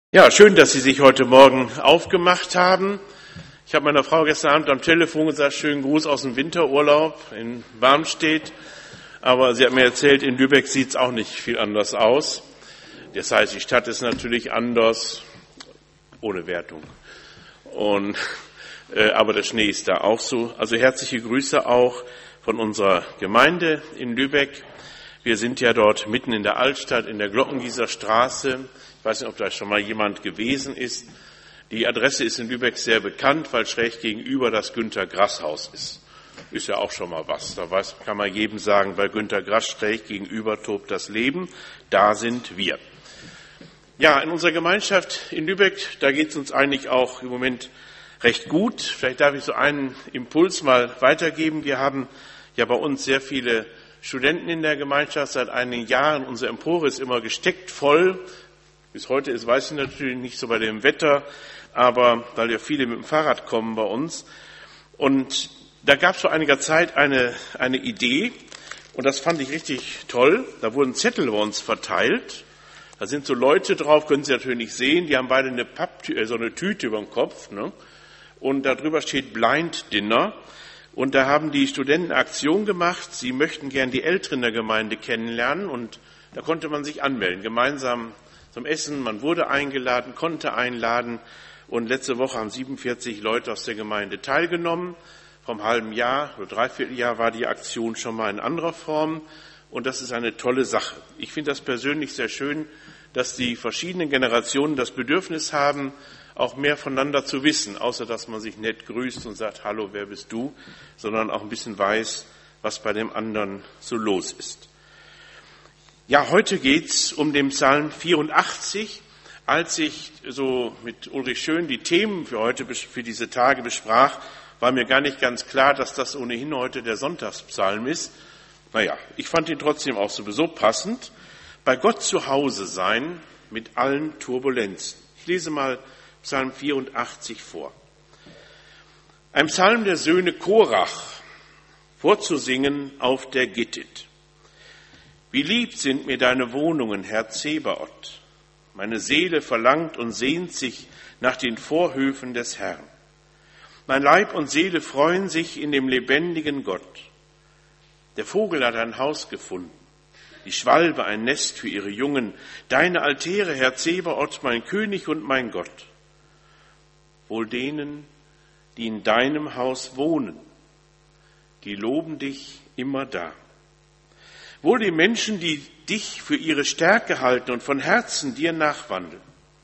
Ja, schön, dass Sie sich heute Morgen aufgemacht haben. Ich habe meiner Frau gestern Abend am Telefon gesagt, schönen Gruß aus dem Winterurlaub in Barmstedt. Aber sie hat mir erzählt, in Lübeck sieht es auch nicht viel anders aus. Das heißt, die Stadt ist natürlich anders, ohne Wertung. Aber der Schnee ist da auch so. Also herzliche Grüße auch von unserer Gemeinde in Lübeck. Wir sind ja dort mitten in der Altstadt, in der Glockengießer Straße. Ich weiß nicht, ob da schon mal jemand gewesen ist. Die Adresse ist in Lübeck sehr bekannt, weil schräg gegenüber das Günter-Grass-Haus ist. Ist ja auch schon mal was. Kann man jedem sagen, bei Günter Grass schräg gegenüber tobt das Leben. Da sind wir. Ja, in unserer Gemeinschaft in Lübeck, da geht es uns eigentlich auch im Moment recht gut. Vielleicht darf ich so einen Impuls mal weitergeben. Wir haben ja bei uns sehr viele Studenten in der Gemeinschaft seit einigen Jahren. Unsere Empore ist immer gesteckt voll. Bis heute ist, weiß ich natürlich nicht so bei dem Wetter, aber weil ja viele mit dem Fahrrad kommen bei uns. Und da gab es vor einiger Zeit eine Idee und das fand ich richtig toll. Da wurden Zettel bei uns verteilt. Da sind so Leute drauf, können Sie natürlich nicht sehen. Die haben beide so eine Tüte über dem Kopf, ne? Und darüber steht Blind Dinner. Und da haben die Studenten eine Aktion gemacht. Sie möchten gern die Älteren der Gemeinde kennenlernen und da konnte man sich anmelden, gemeinsam zum Essen. Man wurde eingeladen, konnte einladen und letzte Woche haben 47 Leute aus der Gemeinde teilgenommen. Vom halben Jahr oder Dreivierteljahr war die Aktion schon mal in anderer Form und das ist eine tolle Sache. Ich finde das persönlich sehr schön, dass die verschiedenen Generationen das Bedürfnis haben, auch mehr voneinander zu wissen, außer dass man sich nett grüßt und sagt, hallo, wer bist du, sondern auch ein bisschen weiß, was bei dem anderen so los ist. Ja, heute geht's um den Psalm 84. Als ich so mit Ulrich Schön die Themen für diese Tage besprach, war mir gar nicht ganz klar, dass das ohnehin heute der Sonntagspsalm ist. Naja, ich fand ihn trotzdem auch sowieso passend. Bei Gott zu Hause sein mit allen Turbulenzen. Ich lese mal Psalm 84 vor. Ein Psalm der Söhne Korach, vorzusingen auf der Gittit. Wie lieb sind mir deine Wohnungen, Herr Zebaoth. Meine Seele verlangt und sehnt sich nach den Vorhöfen des Herrn. Mein Leib und Seele freuen sich in dem lebendigen Gott. Der Vogel hat ein Haus gefunden, die Schwalbe ein Nest für ihre Jungen. Deine Altäre, Herr Zebaoth, mein König und mein Gott. Wohl denen, die in deinem Haus wohnen, die loben dich immer da. Wohl die Menschen, die dich für ihre Stärke halten und von Herzen dir nachwandeln.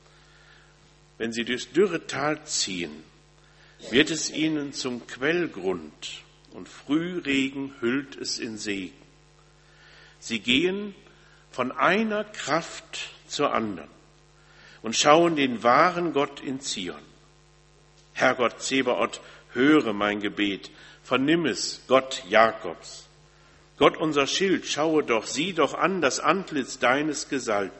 Wenn sie durchs dürre Tal ziehen, wird es ihnen zum Quellgrund und Frühregen hüllt es in Segen. Sie gehen von einer Kraft zur anderen und schauen den wahren Gott in Zion. Herrgott Zebaoth, höre mein Gebet, vernimm es, Gott Jakobs. Gott unser Schild, schaue doch, sieh doch an das Antlitz deines Gesalbten.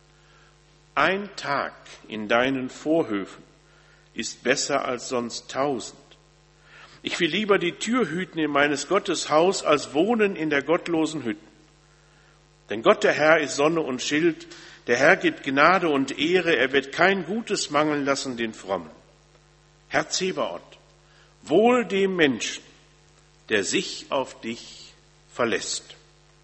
Ein Tag in deinen Vorhöfen ist besser als sonst 1000. Ich will lieber die Tür hüten in meines Gottes Haus, als wohnen in der gottlosen Hütte. Denn Gott der Herr ist Sonne und Schild, der Herr gibt Gnade und Ehre, er wird kein Gutes mangeln lassen den Frommen. Herr Zebaoth, wohl dem Menschen, der sich auf dich verlässt.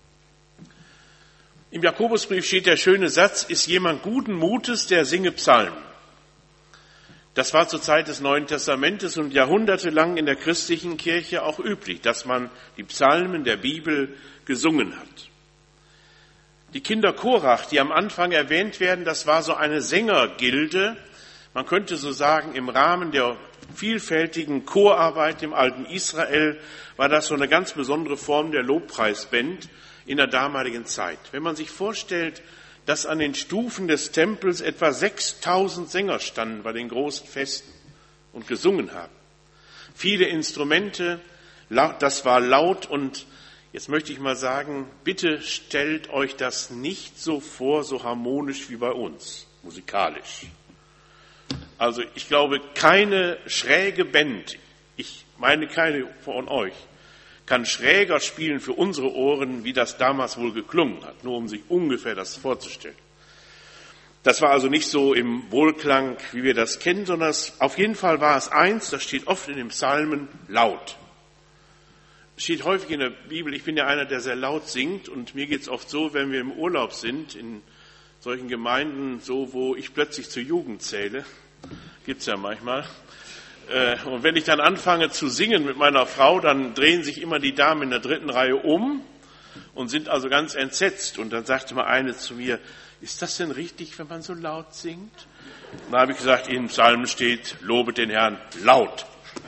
Im Jakobusbrief steht der schöne Satz, ist jemand guten Mutes, der singe Psalmen. Das war zur Zeit des Neuen Testamentes und jahrhundertelang in der christlichen Kirche auch üblich, dass man die Psalmen der Bibel gesungen hat. Die Kinder Korach, die am Anfang erwähnt werden, das war so eine Sängergilde, man könnte so sagen, im Rahmen der vielfältigen Chorarbeit im alten Israel war das so eine ganz besondere Form der Lobpreisband in der damaligen Zeit. Wenn man sich vorstellt, dass an den Stufen des Tempels etwa 6000 Sänger standen bei den großen Festen und gesungen haben. Viele Instrumente, das war laut und jetzt möchte ich mal sagen, bitte stellt euch das nicht so vor, so harmonisch wie bei uns, musikalisch. Also ich glaube, keine schräge Band, ich meine keine von euch, kann schräger spielen für unsere Ohren, wie das damals wohl geklungen hat, nur um sich ungefähr das vorzustellen. Das war also nicht so im Wohlklang, wie wir das kennen, sondern auf jeden Fall war es eins, das steht oft in den Psalmen, laut. Es steht häufig in der Bibel, ich bin ja einer, der sehr laut singt, und mir geht es oft so, wenn wir im Urlaub sind, in solchen Gemeinden, so wo ich plötzlich zur Jugend zähle, gibt's ja manchmal, und wenn ich dann anfange zu singen mit meiner Frau, dann drehen sich immer die Damen in der 3. Reihe um und sind also ganz entsetzt. Und dann sagte mal eine zu mir, ist das denn richtig, wenn man so laut singt? Und da habe ich gesagt, in Psalmen steht, lobet den Herrn laut.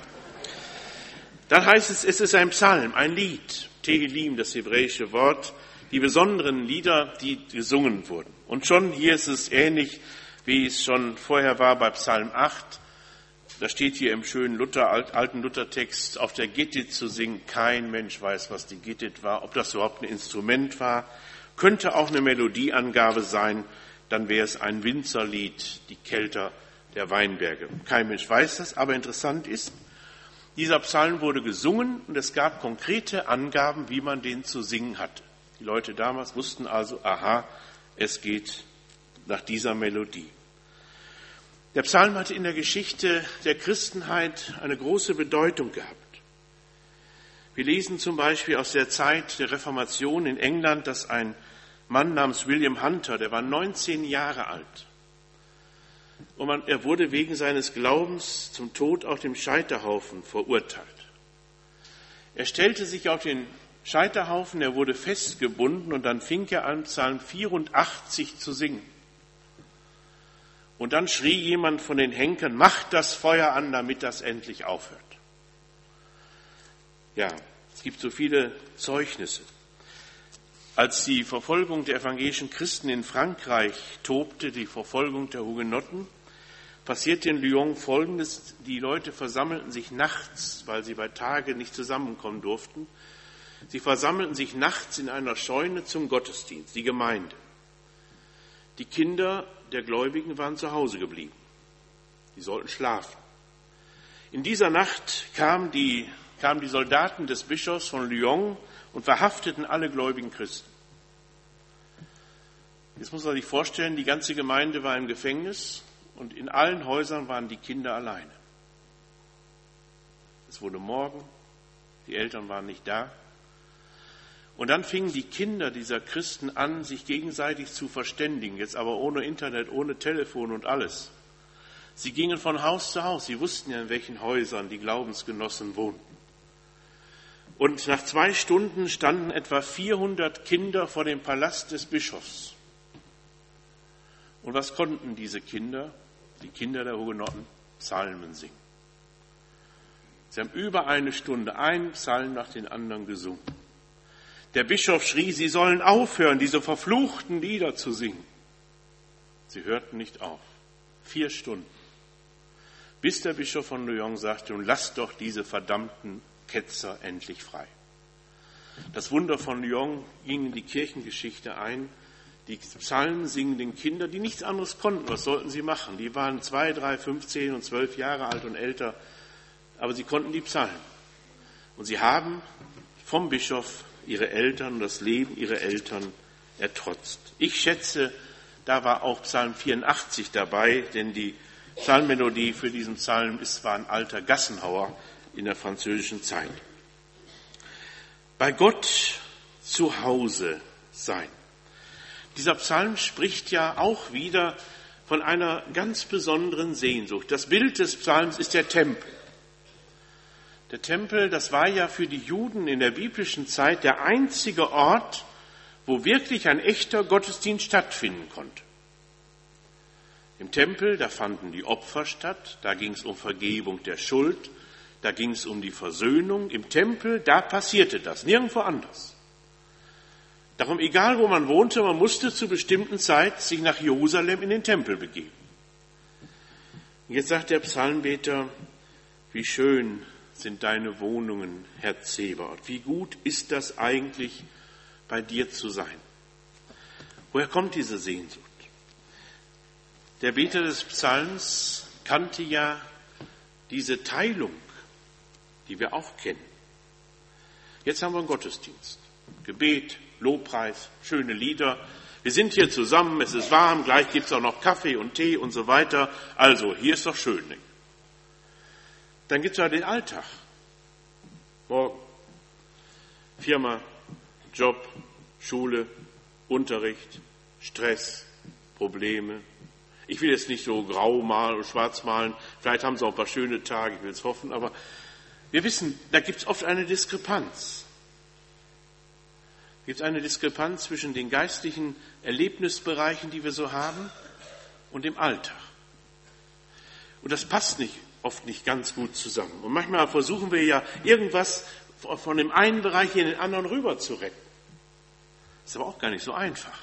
Dann heißt es ist ein Psalm, ein Lied, Tehilim, das hebräische Wort, die besonderen Lieder, die gesungen wurden. Und schon hier ist es ähnlich, wie es schon vorher war bei Psalm 8. Da steht hier im schönen alten Luthertext, auf der Gittit zu singen. Kein Mensch weiß, was die Gittit war, ob das überhaupt ein Instrument war. Könnte auch eine Melodieangabe sein, dann wäre es ein Winzerlied, die Kelter der Weinberge. Kein Mensch weiß das, aber interessant ist, dieser Psalm wurde gesungen und es gab konkrete Angaben, wie man den zu singen hatte. Die Leute damals wussten also, aha, es geht nach dieser Melodie. Der Psalm hatte in der Geschichte der Christenheit eine große Bedeutung gehabt. Wir lesen zum Beispiel aus der Zeit der Reformation in England, dass ein Mann namens William Hunter, der war 19 Jahre alt, und er wurde wegen seines Glaubens zum Tod auf dem Scheiterhaufen verurteilt. Er stellte sich auf den Scheiterhaufen, er wurde festgebunden und dann fing er an, Psalm 84 zu singen. Und dann schrie jemand von den Henkern, macht das Feuer an, damit das endlich aufhört. Ja, es gibt so viele Zeugnisse. Als die Verfolgung der evangelischen Christen in Frankreich tobte, die Verfolgung der Hugenotten, passierte in Lyon Folgendes. Die Leute versammelten sich nachts, weil sie bei Tage nicht zusammenkommen durften. Sie versammelten sich nachts in einer Scheune zum Gottesdienst, die Gemeinde. Die Kinder der Gläubigen waren zu Hause geblieben. Die sollten schlafen. In dieser Nacht kamen die Soldaten des Bischofs von Lyon und verhafteten alle gläubigen Christen. Jetzt muss man sich vorstellen, die ganze Gemeinde war im Gefängnis und in allen Häusern waren die Kinder alleine. Es wurde Morgen, die Eltern waren nicht da. Und dann fingen die Kinder dieser Christen an, sich gegenseitig zu verständigen, jetzt aber ohne Internet, ohne Telefon und alles. Sie gingen von Haus zu Haus, sie wussten ja, in welchen Häusern die Glaubensgenossen wohnten. Und nach 2 Stunden standen etwa 400 Kinder vor dem Palast des Bischofs. Und was konnten diese Kinder, die Kinder der Hugenotten? Psalmen singen. Sie haben über 1 Stunde einen Psalm nach den anderen gesungen. Der Bischof schrie, sie sollen aufhören, diese verfluchten Lieder zu singen. Sie hörten nicht auf. 4 Stunden. Bis der Bischof von Lyon sagte, nun lasst doch diese verdammten Ketzer endlich frei. Das Wunder von Lyon ging in die Kirchengeschichte ein. Die Psalmen singenden Kinder, die nichts anderes konnten, was sollten sie machen? Die waren 2, 3, 15 und 12 Jahre alt und älter, aber sie konnten die Psalmen. Und sie haben vom Bischof ihre Eltern und das Leben ihrer Eltern ertrotzt. Ich schätze, da war auch Psalm 84 dabei, denn die Psalmmelodie für diesen Psalm war ein alter Gassenhauer in der französischen Zeit. Bei Gott zu Hause sein. Dieser Psalm spricht ja auch wieder von einer ganz besonderen Sehnsucht. Das Bild des Psalms ist der Tempel. Der Tempel, das war ja für die Juden in der biblischen Zeit der einzige Ort, wo wirklich ein echter Gottesdienst stattfinden konnte. Im Tempel, da fanden die Opfer statt, da ging es um Vergebung der Schuld, da ging es um die Versöhnung. Im Tempel, da passierte das, nirgendwo anders. Darum, egal wo man wohnte, man musste zu bestimmten Zeit sich nach Jerusalem in den Tempel begeben. Und jetzt sagt der Psalmbeter, wie schön sind deine Wohnungen, Herr Zebaoth. Wie gut ist das eigentlich, bei dir zu sein? Woher kommt diese Sehnsucht? Der Beter des Psalms kannte ja diese Teilung, die wir auch kennen. Jetzt haben wir einen Gottesdienst. Gebet, Lobpreis, schöne Lieder. Wir sind hier zusammen, es ist warm, gleich gibt es auch noch Kaffee und Tee und so weiter. Also, hier ist doch schön. Nicht? Dann gibt es ja den Alltag. Morgen, Firma, Job, Schule, Unterricht, Stress, Probleme. Ich will jetzt nicht so grau malen oder schwarz malen. Vielleicht haben sie auch ein paar schöne Tage, ich will es hoffen. Aber wir wissen, da gibt es oft eine Diskrepanz. Gibt es eine Diskrepanz zwischen den geistlichen Erlebnisbereichen, die wir so haben, und dem Alltag. Und das passt oft nicht ganz gut zusammen. Und manchmal versuchen wir ja, irgendwas von dem einen Bereich in den anderen rüber zu retten. Ist aber auch gar nicht so einfach.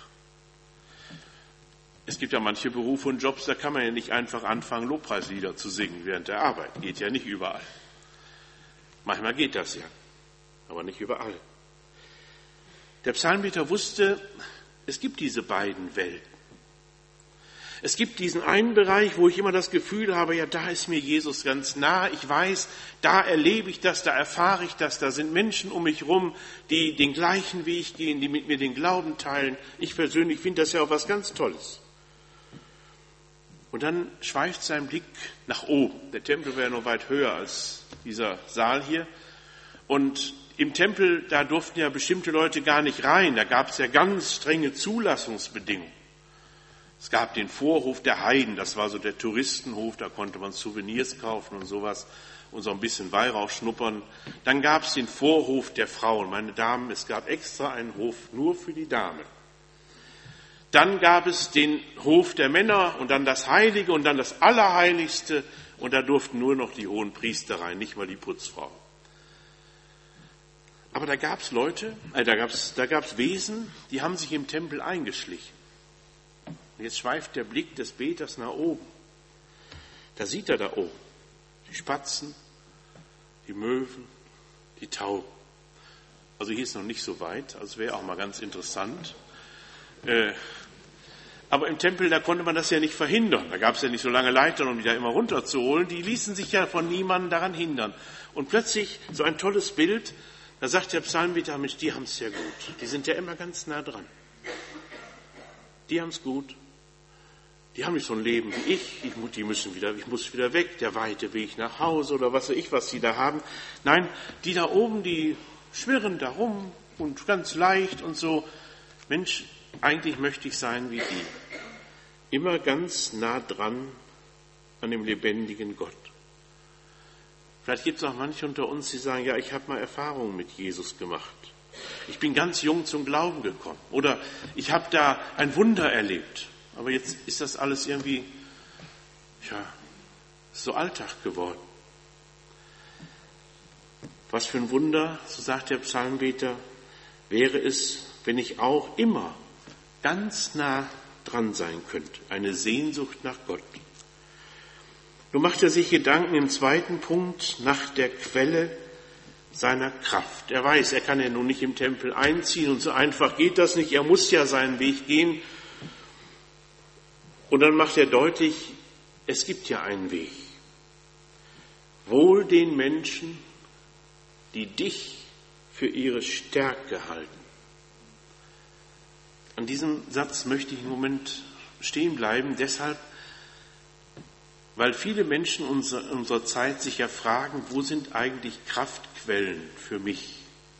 Es gibt ja manche Berufe und Jobs, da kann man ja nicht einfach anfangen, Lobpreislieder zu singen während der Arbeit. Geht ja nicht überall. Manchmal geht das ja, aber nicht überall. Der Psalmbeter wusste, es gibt diese beiden Welten. Es gibt diesen einen Bereich, wo ich immer das Gefühl habe, ja, da ist mir Jesus ganz nah. Ich weiß, da erlebe ich das, da erfahre ich das. Da sind Menschen um mich rum, die den gleichen Weg gehen, die mit mir den Glauben teilen. Ich persönlich finde das ja auch was ganz Tolles. Und dann schweift sein Blick nach oben. Der Tempel wäre noch weit höher als dieser Saal hier. Und im Tempel, da durften ja bestimmte Leute gar nicht rein. Da gab es ja ganz strenge Zulassungsbedingungen. Es gab den Vorhof der Heiden, das war so der Touristenhof, da konnte man Souvenirs kaufen und sowas und so ein bisschen Weihrauch schnuppern. Dann gab es den Vorhof der Frauen. Meine Damen, es gab extra einen Hof nur für die Damen. Dann gab es den Hof der Männer und dann das Heilige und dann das Allerheiligste und da durften nur noch die hohen Priester rein, nicht mal die Putzfrau. Aber da gab es Leute, da gab es Wesen, die haben sich im Tempel eingeschlichen. Und jetzt schweift der Blick des Beters nach oben. Da sieht er da oben die Spatzen, die Möwen, die Tauben. Also hier ist noch nicht so weit, also wäre auch mal ganz interessant. Aber im Tempel, da konnte man das ja nicht verhindern. Da gab es ja nicht so lange Leitern, um die da immer runterzuholen. Die ließen sich ja von niemandem daran hindern. Und plötzlich so ein tolles Bild, da sagt der Psalmbeter, Mensch, die haben es ja gut. Die sind ja immer ganz nah dran. Die haben es gut. Die haben nicht so ein Leben wie ich. Ich muss wieder weg, der weite Weg nach Hause oder was weiß ich, was sie da haben. Nein, die da oben, die schwirren da rum und ganz leicht und so. Mensch, eigentlich möchte ich sein wie die. Immer ganz nah dran an dem lebendigen Gott. Vielleicht gibt es auch manche unter uns, die sagen, ja, ich habe mal Erfahrungen mit Jesus gemacht. Ich bin ganz jung zum Glauben gekommen. Oder ich habe da ein Wunder erlebt. Aber jetzt ist das alles irgendwie, so Alltag geworden. Was für ein Wunder, so sagt der Psalmbeter, wäre es, wenn ich auch immer ganz nah dran sein könnte. Eine Sehnsucht nach Gott. Nun macht er sich Gedanken im zweiten Punkt nach der Quelle seiner Kraft. Er weiß, er kann ja nun nicht im Tempel einziehen und so einfach geht das nicht. Er muss ja seinen Weg gehen. Und dann macht er deutlich, es gibt ja einen Weg. Wohl den Menschen, die dich für ihre Stärke halten. An diesem Satz möchte ich im Moment stehen bleiben, deshalb, weil viele Menschen unserer Zeit sich ja fragen, wo sind eigentlich Kraftquellen für mich?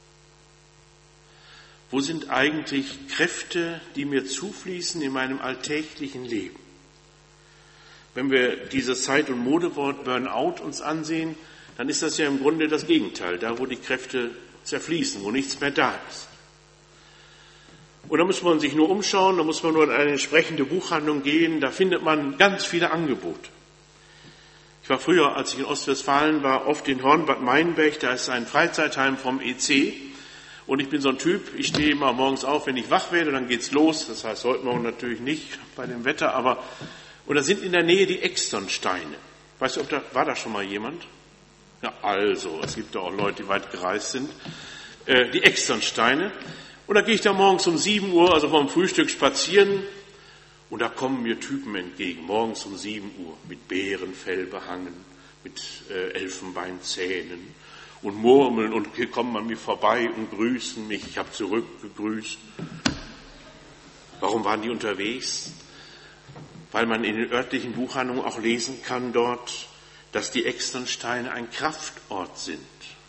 Wo sind eigentlich Kräfte, die mir zufließen in meinem alltäglichen Leben? Wenn wir dieses Zeit- und Modewort Burnout uns ansehen, dann ist das ja im Grunde das Gegenteil, da wo die Kräfte zerfließen, wo nichts mehr da ist. Und da muss man sich nur umschauen, da muss man nur in eine entsprechende Buchhandlung gehen, da findet man ganz viele Angebote. Ich war früher, als ich in Ostwestfalen war, oft in Hornbad Meinberg, da ist ein Freizeitheim vom EC. Und ich bin so ein Typ, ich stehe immer morgens auf, wenn ich wach werde, dann geht's los. Das heißt, heute Morgen natürlich nicht bei dem Wetter, aber, und da sind in der Nähe die Externsteine. Weißt du, war da schon mal jemand? Ja, also, es gibt da auch Leute, die weit gereist sind. Die Externsteine. Und da gehe ich da morgens um 7 Uhr, also vom Frühstück spazieren. Und da kommen mir Typen entgegen, morgens um 7 Uhr, mit Bärenfell behangen, mit Elfenbeinzähnen. Und murmeln und kommen an mir vorbei und grüßen mich. Ich habe zurückgegrüßt. Warum waren die unterwegs? Weil man in den örtlichen Buchhandlungen auch lesen kann dort, dass die Externsteine ein Kraftort sind.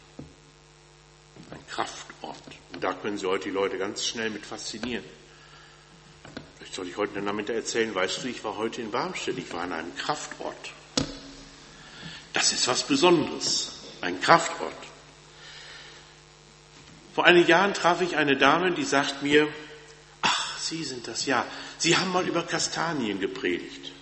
Ein Kraftort. Und da können Sie heute die Leute ganz schnell mit faszinieren. Vielleicht soll ich heute Nachmittag erzählen, weißt du, ich war heute in Barmstedt, ich war an einem Kraftort. Das ist was Besonderes, ein Kraftort. Vor einigen Jahren traf ich eine Dame, die sagt mir, ach, Sie sind das, ja, Sie haben mal über Kastanien gepredigt.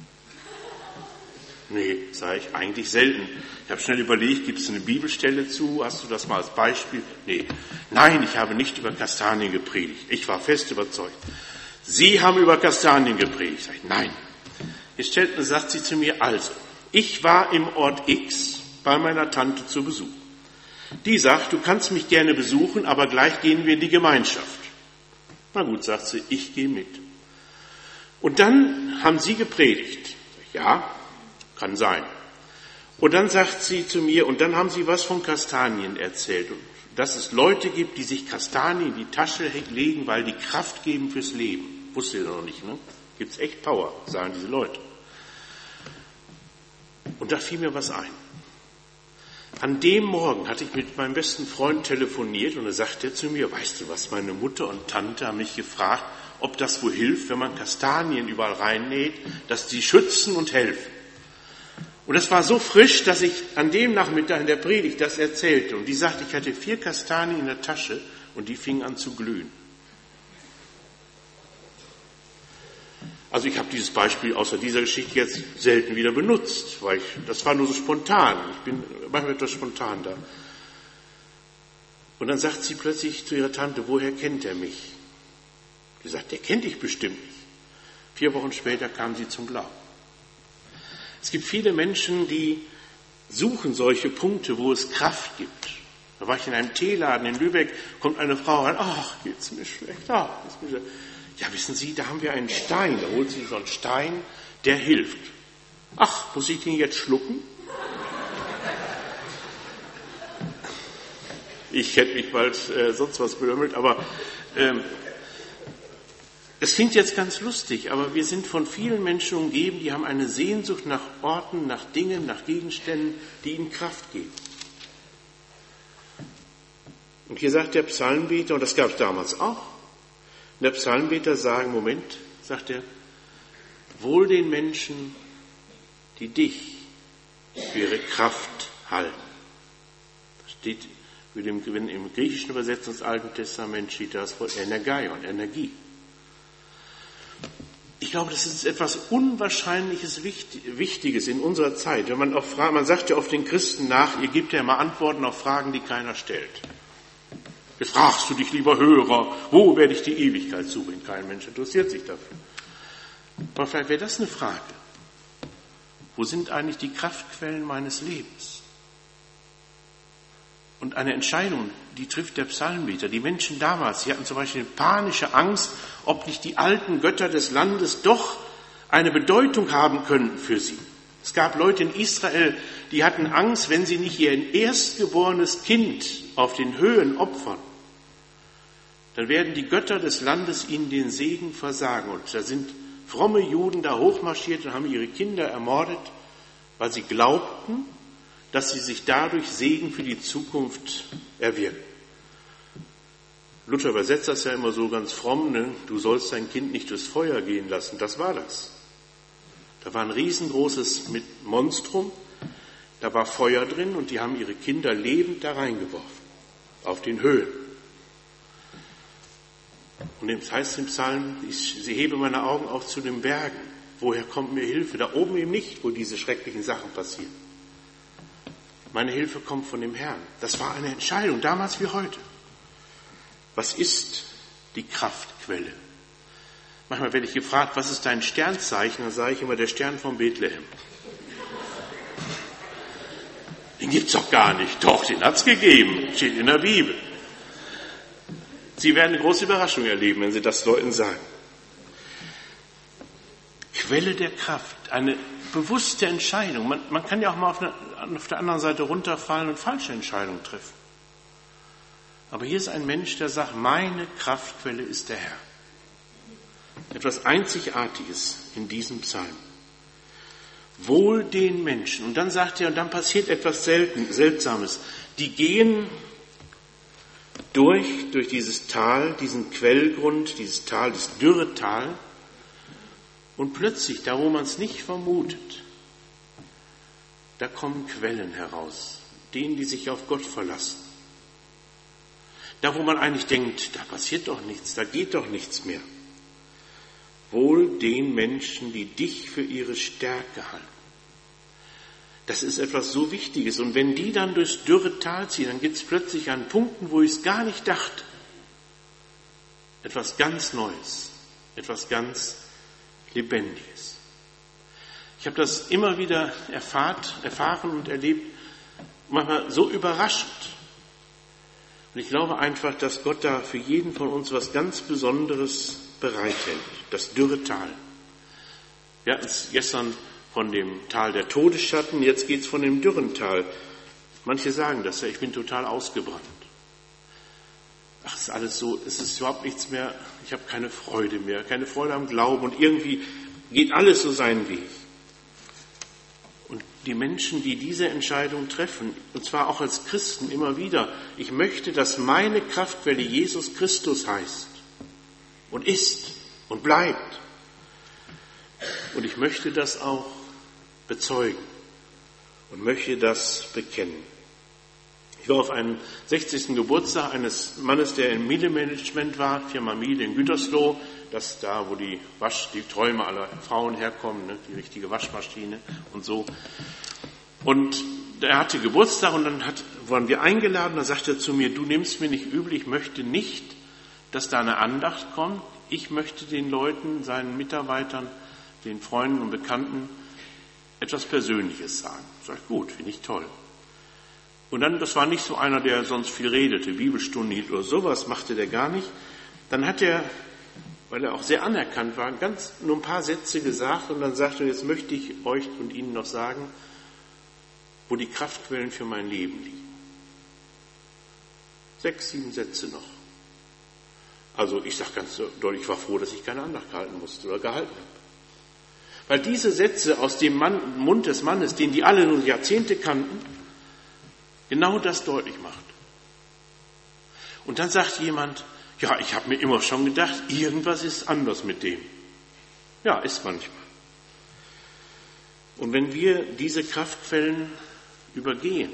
Nee, sage ich, eigentlich selten. Ich habe schnell überlegt, gibt es eine Bibelstelle zu? Hast du das mal als Beispiel? Nee. Nein, ich habe nicht über Kastanien gepredigt. Ich war fest überzeugt. Sie haben über Kastanien gepredigt. Sag ich, nein. Jetzt sagt sie zu mir, also, ich war im Ort X bei meiner Tante zu Besuch. Die sagt, du kannst mich gerne besuchen, aber gleich gehen wir in die Gemeinschaft. Na gut, sagt sie, ich gehe mit. Und dann haben sie gepredigt. Ja, kann sein. Und dann sagt sie zu mir, und dann haben sie was von Kastanien erzählt. Und dass es Leute gibt, die sich Kastanien in die Tasche legen, weil die Kraft geben fürs Leben. Wusste ihr noch nicht, ne? Gibt's echt Power, sagen diese Leute. Und da fiel mir was ein. An dem Morgen hatte ich mit meinem besten Freund telefoniert und da sagte er zu mir, weißt du was, meine Mutter und Tante haben mich gefragt, ob das wohl hilft, wenn man Kastanien überall reinnäht, dass die schützen und helfen. Und das war so frisch, dass ich an dem Nachmittag in der Predigt das erzählte. Und die sagte, ich hatte 4 Kastanien in der Tasche und die fingen an zu glühen. Also ich habe dieses Beispiel außer dieser Geschichte jetzt selten wieder benutzt, weil das war nur so spontan. Ich bin manchmal etwas spontan da. Und dann sagt sie plötzlich zu ihrer Tante, woher kennt er mich? Sie sagt, der kennt dich bestimmt nicht. 4 Wochen später kam sie zum Glauben. Es gibt viele Menschen, die suchen solche Punkte, wo es Kraft gibt. Da war ich in einem Teeladen in Lübeck, kommt eine Frau rein, ach, geht's mir schlecht, geht's mir schlecht. Ja, wissen Sie, da haben wir einen Stein, da holt sie so einen Stein, der hilft. Ach, muss ich den jetzt schlucken? Ich hätte mich bald sonst was belümmelt, aber es klingt jetzt ganz lustig, aber wir sind von vielen Menschen umgeben, die haben eine Sehnsucht nach Orten, nach Dingen, nach Gegenständen, die ihnen Kraft geben. Und hier sagt der Psalmbeter, und das gab es damals auch, der Psalmbeter sagen, Moment, sagt er, wohl den Menschen, die dich für ihre Kraft halten. Das steht, im griechischen Übersetzung des Alten Testaments steht das Wort Energeion, Energie. Ich glaube, das ist etwas Unwahrscheinliches, Wichtiges in unserer Zeit. Wenn man auch fragt, man sagt ja oft den Christen nach, ihr gebt ja immer Antworten auf Fragen, die keiner stellt. Jetzt fragst du dich, lieber Hörer, wo werde ich die Ewigkeit zubringen? Kein Mensch interessiert sich dafür. Aber vielleicht wäre das eine Frage. Wo sind eigentlich die Kraftquellen meines Lebens? Und eine Entscheidung, die trifft der Psalmbeter. Die Menschen damals, sie hatten zum Beispiel eine panische Angst, ob nicht die alten Götter des Landes doch eine Bedeutung haben könnten für sie. Es gab Leute in Israel, die hatten Angst, wenn sie nicht ihr erstgeborenes Kind auf den Höhen opfern, dann werden die Götter des Landes ihnen den Segen versagen. Und da sind fromme Juden da hochmarschiert und haben ihre Kinder ermordet, weil sie glaubten, dass sie sich dadurch Segen für die Zukunft erwirken. Luther übersetzt das ja immer so ganz fromm, ne? Du sollst dein Kind nicht durchs Feuer gehen lassen. Das war das. Da war ein riesengroßes Monstrum, da war Feuer drin und die haben ihre Kinder lebend da reingeworfen, auf den Höhen. Und es heißt im Psalm, sie hebe meine Augen auch zu den Bergen. Woher kommt mir Hilfe? Da oben eben nicht, wo diese schrecklichen Sachen passieren. Meine Hilfe kommt von dem Herrn. Das war eine Entscheidung, damals wie heute. Was ist die Kraftquelle? Manchmal werde ich gefragt, was ist dein Sternzeichen? Dann sage ich immer, der Stern von Bethlehem. Den gibt's doch gar nicht. Doch, den hat's gegeben. Steht in der Bibel. Sie werden eine große Überraschung erleben, wenn Sie das Leuten sagen. Quelle der Kraft, eine bewusste Entscheidung. Man kann ja auch mal auf der anderen Seite runterfallen und falsche Entscheidungen treffen. Aber hier ist ein Mensch, der sagt, meine Kraftquelle ist der Herr. etwas Einzigartiges in diesem Psalm. Wohl den Menschen. Und dann sagt er, und dann passiert etwas Seltsames. Die gehen durch dieses Tal, diesen Quellgrund, dieses Tal, das Dürretal. Und plötzlich, da wo man es nicht vermutet, da kommen Quellen heraus, denen, die sich auf Gott verlassen. Da wo man eigentlich denkt, da passiert doch nichts, da geht doch nichts mehr. Wohl den Menschen, die dich für ihre Stärke halten. Das ist etwas so Wichtiges. Und wenn die dann durchs dürre Tal ziehen, dann gibt es plötzlich an Punkten, wo ich es gar nicht dachte, etwas ganz Neues, etwas ganz Lebendiges. Ich habe das immer wieder erfahren und erlebt, manchmal so überraschend. Und ich glaube einfach, dass Gott da für jeden von uns was ganz Besonderes bereithält. Das dürre Tal. Wir hatten es gestern von dem Tal der Todesschatten, jetzt geht es von dem dürren Tal. Manche sagen das ja, ich bin total ausgebrannt. Ach, es ist alles so, es ist überhaupt nichts mehr, ich habe keine Freude mehr, keine Freude am Glauben und irgendwie geht alles so seinen Weg. Und die Menschen, die diese Entscheidung treffen, und zwar auch als Christen immer wieder, ich möchte, dass meine Kraftquelle Jesus Christus heißt und ist und bleibt. Und ich möchte das auch bezeugen und möchte das bekennen. Ich war auf einem 60. Geburtstag eines Mannes, der im Miele-Management war, Firma Miele in Gütersloh, das da, wo die Träume aller Frauen herkommen, ne, die richtige Waschmaschine und so. Und er hatte Geburtstag und dann waren wir eingeladen, da sagte er zu mir, du nimmst mir nicht übel, ich möchte nicht, dass da eine Andacht kommt. Ich möchte den Leuten, seinen Mitarbeitern, den Freunden und Bekannten etwas Persönliches sagen. Sag ich, gut, finde ich toll. Und dann, das war nicht so einer, der sonst viel redete, Bibelstunden hielt oder sowas, machte der gar nicht. Dann hat er, weil er auch sehr anerkannt war, nur ein paar Sätze gesagt und dann sagte er, jetzt möchte ich euch und Ihnen noch sagen, wo die Kraftquellen für mein Leben liegen. 6, 7 Sätze noch. Also ich sage ganz deutlich, ich war froh, dass ich keine Andacht halten musste oder gehalten habe. Weil diese Sätze aus dem Mund des Mannes, den die alle nur Jahrzehnte kannten, genau das deutlich macht. Und dann sagt jemand, ja, ich habe mir immer schon gedacht, irgendwas ist anders mit dem. Ja, ist manchmal. Und wenn wir diese Kraftquellen übergehen,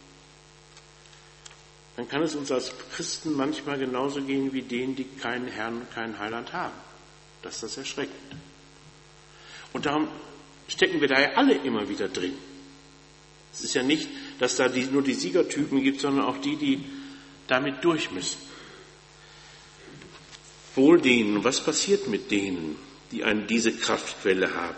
dann kann es uns als Christen manchmal genauso gehen wie denen, die keinen Herrn und keinen Heiland haben. Das ist das erschreckend. Und darum stecken wir da ja alle immer wieder drin. Es ist ja nicht, dass da nur die Siegertypen gibt, sondern auch die damit durch müssen. Wohl denen, was passiert mit denen, die diese Kraftquelle haben?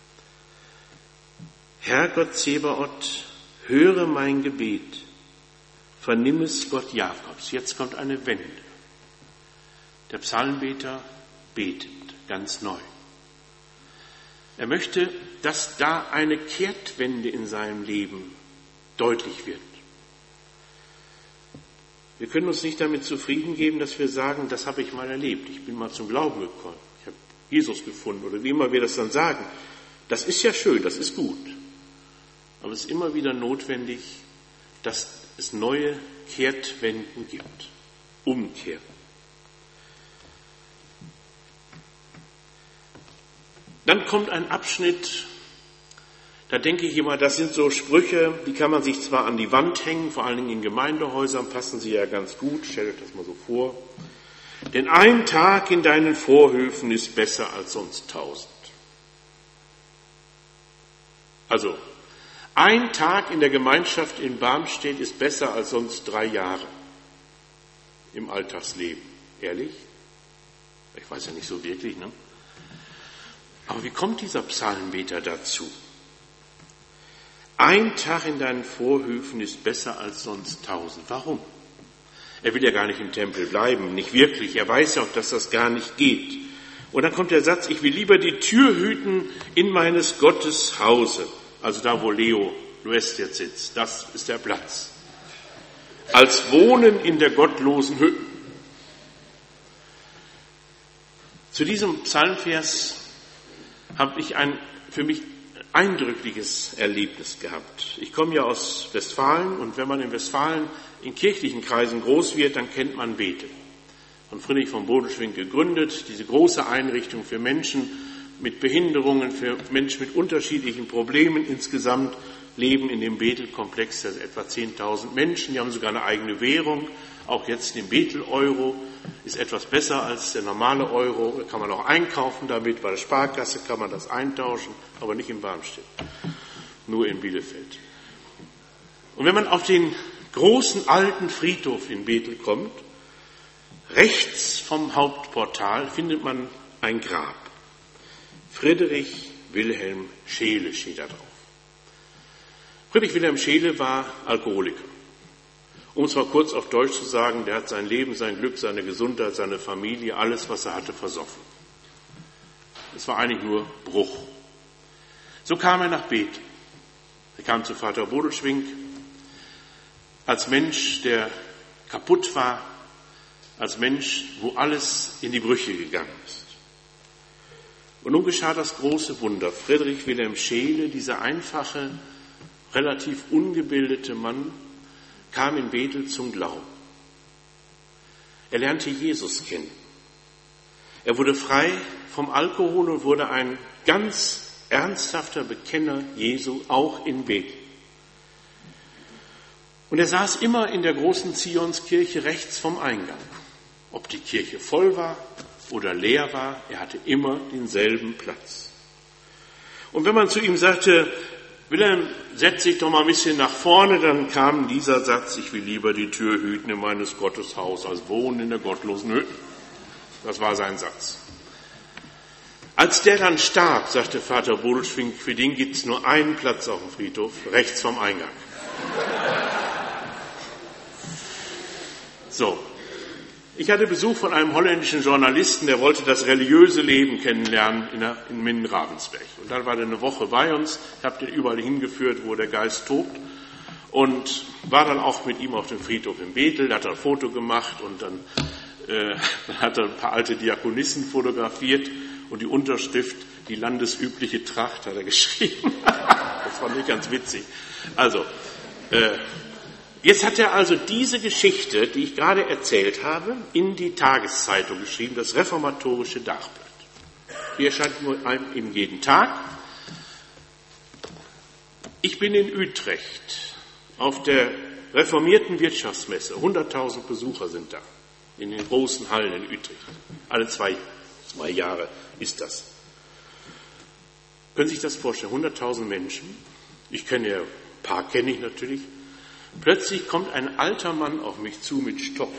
Herr Gott Zebaoth, höre mein Gebet, vernimm es, Gott Jakobs. Jetzt kommt eine Wende. Der Psalmbeter betet ganz neu. Er möchte, dass da eine Kehrtwende in seinem Leben deutlich wird. Wir können uns nicht damit zufrieden geben, dass wir sagen, das habe ich mal erlebt. Ich bin mal zum Glauben gekommen. Ich habe Jesus gefunden oder wie immer wir das dann sagen. Das ist ja schön, das ist gut. Aber es ist immer wieder notwendig, dass es neue Kehrtwenden gibt. Umkehr. Dann kommt ein Abschnitt, da denke ich immer, das sind so Sprüche, die kann man sich zwar an die Wand hängen, vor allen Dingen in Gemeindehäusern passen sie ja ganz gut, stellt euch das mal so vor. Denn ein Tag in deinen Vorhöfen ist besser als sonst 1000. Also, ein Tag in der Gemeinschaft in Barmstedt ist besser als sonst 3 Jahre im Alltagsleben. Ehrlich? Ich weiß ja nicht so wirklich, ne? Aber wie kommt dieser Psalmbeter dazu? Ein Tag in deinen Vorhöfen ist besser als sonst 1000. Warum? Er will ja gar nicht im Tempel bleiben, nicht wirklich. Er weiß ja auch, dass das gar nicht geht. Und dann kommt der Satz, ich will lieber die Tür hüten in meines Gottes Hause. Also da, wo Leo Luest jetzt sitzt, das ist der Platz. Als wohnen in der gottlosen Hütte. Zu diesem Psalmvers habe ich ein für mich eindrückliches Erlebnis gehabt. Ich komme ja aus Westfalen und wenn man in Westfalen in kirchlichen Kreisen groß wird, dann kennt man Bethel. Von Friedrich von Bodelschwingh gegründet, diese große Einrichtung für Menschen mit Behinderungen, für Menschen mit unterschiedlichen Problemen. Insgesamt leben in dem Bethel-Komplex etwa 10.000 Menschen. Die haben sogar eine eigene Währung. Auch jetzt den Bethel-Euro ist etwas besser als der normale Euro. Da kann man auch einkaufen damit. Bei der Sparkasse kann man das eintauschen, aber nicht in Barmstedt, nur in Bielefeld. Und wenn man auf den großen alten Friedhof in Bethel kommt, rechts vom Hauptportal findet man ein Grab. Friedrich Wilhelm Scheele steht da drauf. Friedrich Wilhelm Scheele war Alkoholiker. Um es mal kurz auf Deutsch zu sagen, der hat sein Leben, sein Glück, seine Gesundheit, seine Familie, alles, was er hatte, versoffen. Es war eigentlich nur Bruch. So kam er nach Bethel. Er kam zu Vater Bodelschwingh als Mensch, der kaputt war, als Mensch, wo alles in die Brüche gegangen ist. Und nun geschah das große Wunder. Friedrich Wilhelm Scheele, dieser einfache, relativ ungebildete Mann, kam in Bethel zum Glauben. Er lernte Jesus kennen. Er wurde frei vom Alkohol und wurde ein ganz ernsthafter Bekenner Jesu, auch in Bethel. Und er saß immer in der großen Zionskirche rechts vom Eingang. Ob die Kirche voll war oder leer war, er hatte immer denselben Platz. Und wenn man zu ihm sagte, Wilhelm, setz dich doch mal ein bisschen nach vorne, dann kam dieser Satz, ich will lieber die Tür hüten in meines Gottes Haus, als wohnen in der gottlosen Hütte. Das war sein Satz. Als der dann starb, sagte Vater Bodelschwingh, für den gibt es nur einen Platz auf dem Friedhof, rechts vom Eingang. So. Ich hatte Besuch von einem holländischen Journalisten, der wollte das religiöse Leben kennenlernen in Minden-Ravensberg. Und dann war er eine Woche bei uns, ich habe den überall hingeführt, wo der Geist tobt und war dann auch mit ihm auf dem Friedhof in Bethel, hat ein Foto gemacht und dann hat er ein paar alte Diakonissen fotografiert und die Unterschrift, die landesübliche Tracht, hat er geschrieben. Das fand ich ganz witzig. Also, jetzt hat er also diese Geschichte, die ich gerade erzählt habe, in die Tageszeitung geschrieben, das Reformatorische Dachblatt. Die erscheint nur eben jeden Tag. Ich bin in Utrecht auf der reformierten Wirtschaftsmesse. 100.000 Besucher sind da in den großen Hallen in Utrecht. Alle zwei Jahre ist das. Können Sie sich das vorstellen? 100.000 Menschen. Ich kenne ja, ein paar kenne ich natürlich. Plötzlich kommt ein alter Mann auf mich zu mit Stock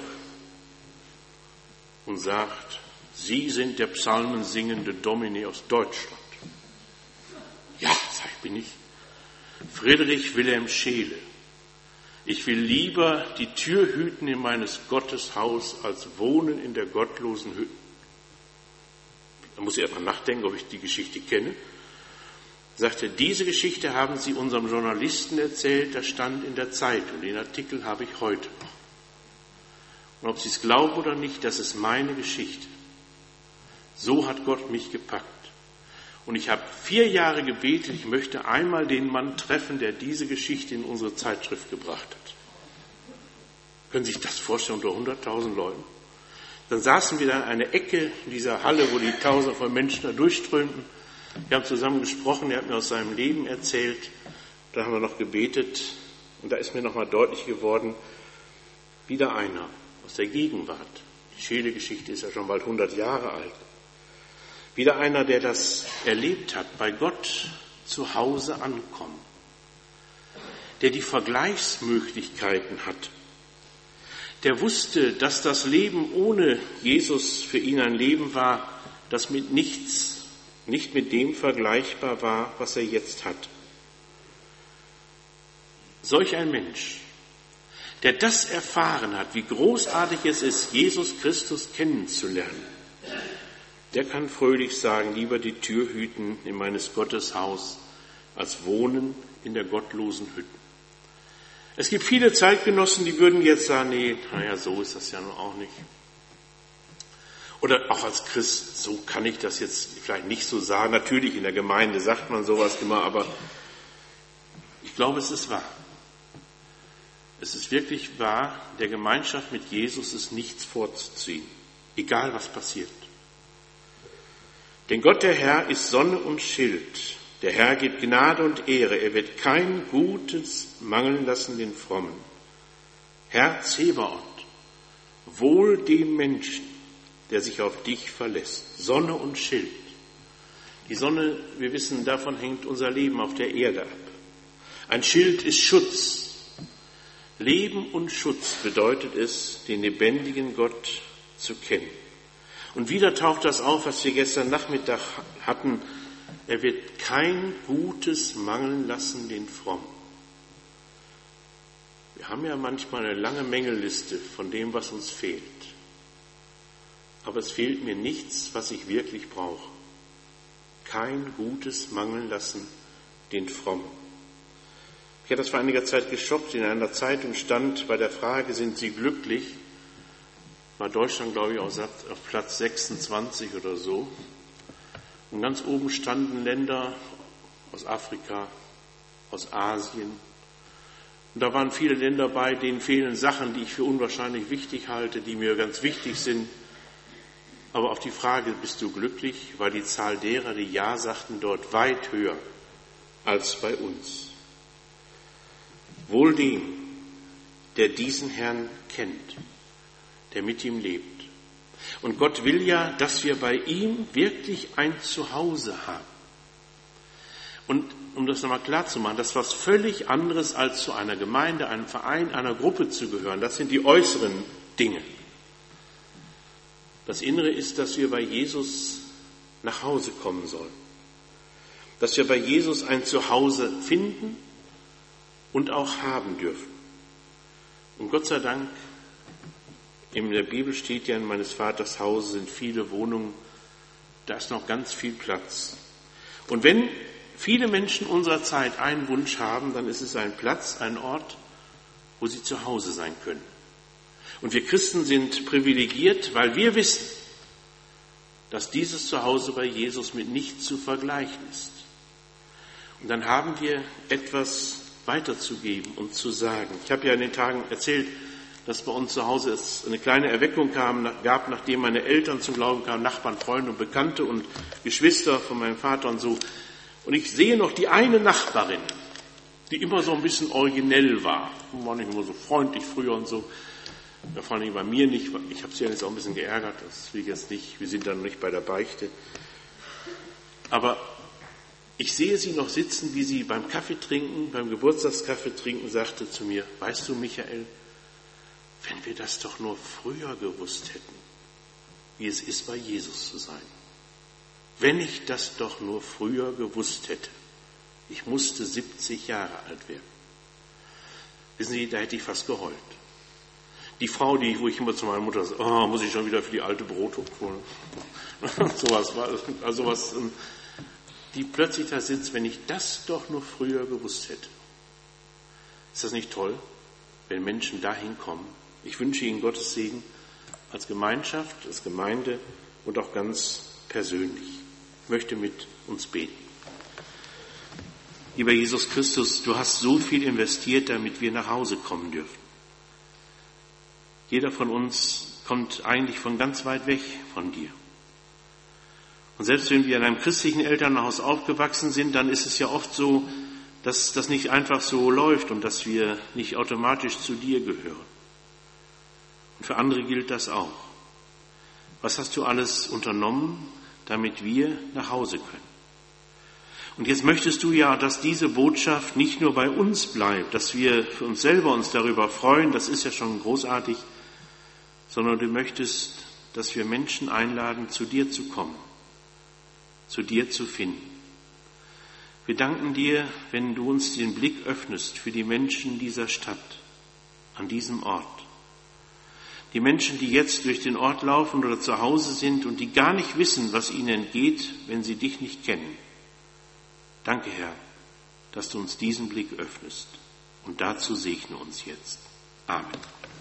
und sagt, Sie sind der psalmensingende Domine aus Deutschland. Ja, sag ich, bin ich. Friedrich Wilhelm Scheele. Ich will lieber die Tür hüten in meines Gottes Haus, als wohnen in der gottlosen Hütte. Da muss ich einfach nachdenken, ob ich die Geschichte kenne. Sagte, diese Geschichte haben Sie unserem Journalisten erzählt, das stand in der Zeitung, den Artikel habe ich heute noch. Und ob Sie es glauben oder nicht, das ist meine Geschichte. So hat Gott mich gepackt. Und ich habe 4 Jahre gebetet, ich möchte einmal den Mann treffen, der diese Geschichte in unsere Zeitschrift gebracht hat. Können Sie sich das vorstellen, unter 100.000 Leuten? Dann saßen wir da in einer Ecke in dieser Halle, wo die Tausende von Menschen da durchströmten. Wir haben zusammen gesprochen, er hat mir aus seinem Leben erzählt, da haben wir noch gebetet und da ist mir nochmal deutlich geworden, wieder einer aus der Gegenwart. Die Scheele-Geschichte ist ja schon bald 100 Jahre alt. Wieder einer, der das erlebt hat, bei Gott zu Hause ankommen, der die Vergleichsmöglichkeiten hat, der wusste, dass das Leben ohne Jesus für ihn ein Leben war, das mit nichts nicht mit dem vergleichbar war, was er jetzt hat. Solch ein Mensch, der das erfahren hat, wie großartig es ist, Jesus Christus kennenzulernen, der kann fröhlich sagen, lieber die Tür hüten in meines Gottes Haus, als wohnen in der gottlosen Hütte. Es gibt viele Zeitgenossen, die würden jetzt sagen, nee, naja, so ist das ja nun auch nicht. Oder auch als Christ, so kann ich das jetzt vielleicht nicht so sagen. Natürlich, in der Gemeinde sagt man sowas immer, aber ich glaube, es ist wahr. Es ist wirklich wahr, der Gemeinschaft mit Jesus ist nichts vorzuziehen, egal was passiert. Denn Gott, der Herr, ist Sonne und Schild. Der Herr gibt Gnade und Ehre. Er wird kein Gutes mangeln lassen den Frommen. Herr Zebaoth, wohl dem Menschen, der sich auf dich verlässt. Sonne und Schild. Die Sonne, wir wissen, davon hängt unser Leben auf der Erde ab. Ein Schild ist Schutz. Leben und Schutz bedeutet es, den lebendigen Gott zu kennen. Und wieder taucht das auf, was wir gestern Nachmittag hatten. Er wird kein Gutes mangeln lassen den Frommen. Wir haben ja manchmal eine lange Mängelliste von dem, was uns fehlt. Aber es fehlt mir nichts, was ich wirklich brauche. Kein Gutes mangeln lassen den Frommen. Ich hatte das vor einiger Zeit geschockt. In einer Zeitung stand bei der Frage, sind Sie glücklich? War Deutschland, glaube ich, auf Platz 26 oder so. Und ganz oben standen Länder aus Afrika, aus Asien. Und da waren viele Länder bei, denen fehlen Sachen, die ich für unwahrscheinlich wichtig halte, die mir ganz wichtig sind. Aber auf die Frage, bist du glücklich, war die Zahl derer, die Ja sagten, dort weit höher als bei uns. Wohl dem, der diesen Herrn kennt, der mit ihm lebt. Und Gott will ja, dass wir bei ihm wirklich ein Zuhause haben. Und um das nochmal klar zu machen, das ist was völlig anderes, als zu einer Gemeinde, einem Verein, einer Gruppe zu gehören. Das sind die äußeren Dinge. Das Innere ist, dass wir bei Jesus nach Hause kommen sollen. Dass wir bei Jesus ein Zuhause finden und auch haben dürfen. Und Gott sei Dank, in der Bibel steht ja, in meines Vaters Hause sind viele Wohnungen, da ist noch ganz viel Platz. Und wenn viele Menschen unserer Zeit einen Wunsch haben, dann ist es ein Platz, ein Ort, wo sie zu Hause sein können. Und wir Christen sind privilegiert, weil wir wissen, dass dieses Zuhause bei Jesus mit nichts zu vergleichen ist. Und dann haben wir etwas weiterzugeben und zu sagen. Ich habe ja in den Tagen erzählt, dass bei uns zu Hause es eine kleine Erweckung gab, nachdem meine Eltern zum Glauben kamen, Nachbarn, Freunde und Bekannte und Geschwister von meinem Vater und so. Und ich sehe noch die eine Nachbarin, die immer so ein bisschen originell war. War nicht immer so freundlich früher und so. Ja, vor allem bei mir nicht. Ich habe sie ja jetzt auch ein bisschen geärgert. Das will ich jetzt nicht. Wir sind dann noch nicht bei der Beichte. Aber ich sehe sie noch sitzen, wie sie beim Kaffeetrinken, beim Geburtstagskaffeetrinken sagte zu mir, weißt du, Michael, wenn wir das doch nur früher gewusst hätten, wie es ist, bei Jesus zu sein. Wenn ich das doch nur früher gewusst hätte. Ich musste 70 Jahre alt werden. Wissen Sie, da hätte ich fast geheult. Die Frau, wo ich immer zu meiner Mutter sage, oh, muss ich schon wieder für die alte Brot holen. Sowas war, also was, die plötzlich da sitzt, wenn ich das doch nur früher gewusst hätte. Ist das nicht toll, wenn Menschen dahin kommen? Ich wünsche Ihnen Gottes Segen als Gemeinschaft, als Gemeinde und auch ganz persönlich. Ich möchte mit uns beten. Lieber Jesus Christus, du hast so viel investiert, damit wir nach Hause kommen dürfen. Jeder von uns kommt eigentlich von ganz weit weg von dir. Und selbst wenn wir in einem christlichen Elternhaus aufgewachsen sind, dann ist es ja oft so, dass das nicht einfach so läuft und dass wir nicht automatisch zu dir gehören. Und für andere gilt das auch. Was hast du alles unternommen, damit wir nach Hause können? Und jetzt möchtest du ja, dass diese Botschaft nicht nur bei uns bleibt, dass wir für uns selber uns darüber freuen, das ist ja schon großartig, sondern du möchtest, dass wir Menschen einladen, zu dir zu kommen, zu dir zu finden. Wir danken dir, wenn du uns den Blick öffnest für die Menschen dieser Stadt, an diesem Ort. Die Menschen, die jetzt durch den Ort laufen oder zu Hause sind und die gar nicht wissen, was ihnen entgeht, wenn sie dich nicht kennen. Danke, Herr, dass du uns diesen Blick öffnest. Und dazu segne uns jetzt. Amen.